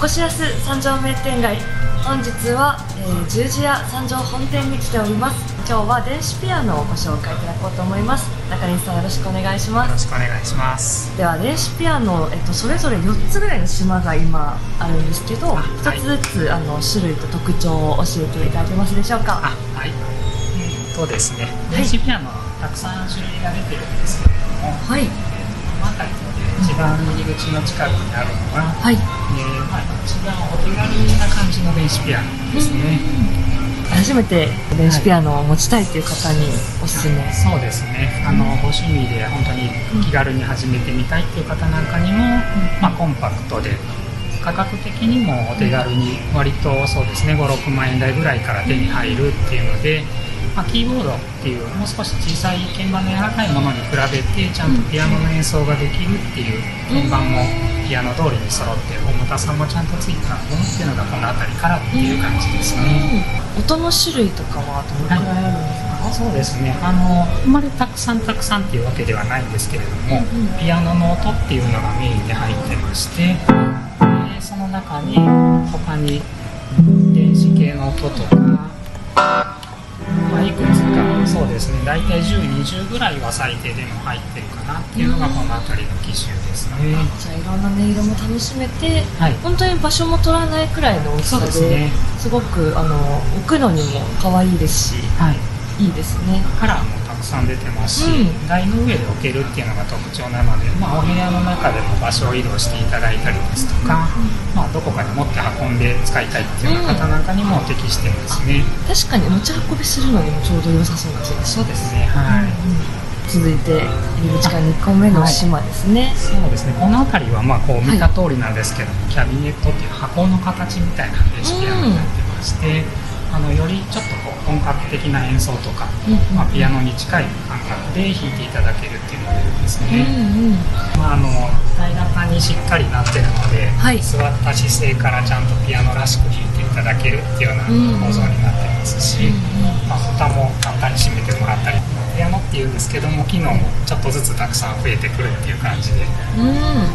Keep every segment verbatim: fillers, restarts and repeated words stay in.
こしやす三条名店街、本日は、えー、十字屋三条本店に来ております。今日は電子ピアノをご紹介いただこうと思います。中西さん、よろしくお願いします。 よろしくお願いします。 では電子ピアノ、えっと、それぞれよっつぐらいの島が今あるんですけど、ひとつずつあの種類と特徴を教えていただけますでしょうか。 あ、はい。えー、とですね、電子ピアノたくさん種類が出てるんですけれども、はい。えー、この辺りで一番入り口の近くにあるのは、はい。えー、まあ一番お手軽な感じの電子ピアノですね。 初めて電子ピアノを持ちたいという方におすすめ、はい、 そうですね、あのご趣味で本当に気軽に始めてみたいっていう方なんかにも、うん、まあ、コンパクトで価格的にもお手軽に割とそうですねご、ろくまんえん台ぐらいから手に入るっていうので、まあ、キーボードっていうもう少し小さい鍵盤の柔らかいものに比べてちゃんとピアノの演奏ができるっていう鍵盤もピアノ通りに揃って重たさもちゃんとついたものっていうのがこの辺りからっていう感じですね。 音の種類とかはどのくらいあるんですか？ はい、そうですね、あのあんまりたくさんたくさんっていうわけではないんですけれども、うんうん、ピアノの音っていうのがメインで入ってまして、でその中に他に電子系の音とか、まあ、いくつかそうですね、大体じゅう、にじゅうぐらいは最低でも入ってるかなっていうのがこの辺りの機種ですね。 じゃあいろんな音色も楽しめて、はい、本当に場所も取らないくらいの大きさ で, す、ね、すごくあの置くのにも可愛いですし、はい、いいですね。 カラーもたくさん出てますし、うん、台の上で置けるっていうのが特徴なので、まあ、お部屋の中でも場所を移動していただいたりですとか、うん、まあ、どこかに持って運んで使いたいっていうような方なんかにも適してますね。 うん、確かに持ち運びするのにもちょうど良さそうな気がします。 そうですね、はい。うんうん、 続いて入り口からにこめの島ですね。はい、 そうですね、この辺りはまあこう見た通りなんですけども、はい、キャビネットっていう箱の形みたいな電子ピアノになってまして、うん、あのよりちょっとこう本格的な演奏とか、うんうん、まあ、ピアノに近い感覚で弾いていただけるっていうモデルですね。うんうん、まあ、あの体型にしっかりなってるので、はい、座った姿勢からちゃんとピアノらしく弾いていただけるっていうような構造になってますし、うんうん、まあ、ボタンも簡単に閉めてもらったり、ピアノっていうんですけども機能もちょっとずつたくさん増えてくるっていう感じで、うん、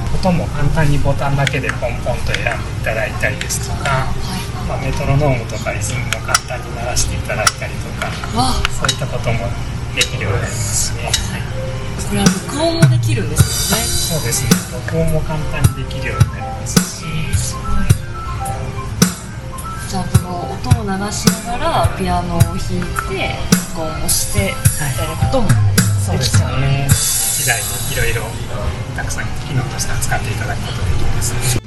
音も簡単にボタンだけでポンポンと選んでいただいたりですとか、まあ、メトロノームとかリズムも簡単に鳴らしていただいたりとか、そういったこともできるようになりますね。はい、 これは録音もできるんですよね。 そうですね、録音も簡単にできるようになりますし、 じゃあこの音を流しながらピアノを弾いて録音をしてみたいなこともできちゃう。 そうですね、時代にいろいろたくさん機能として使っていただくことができます。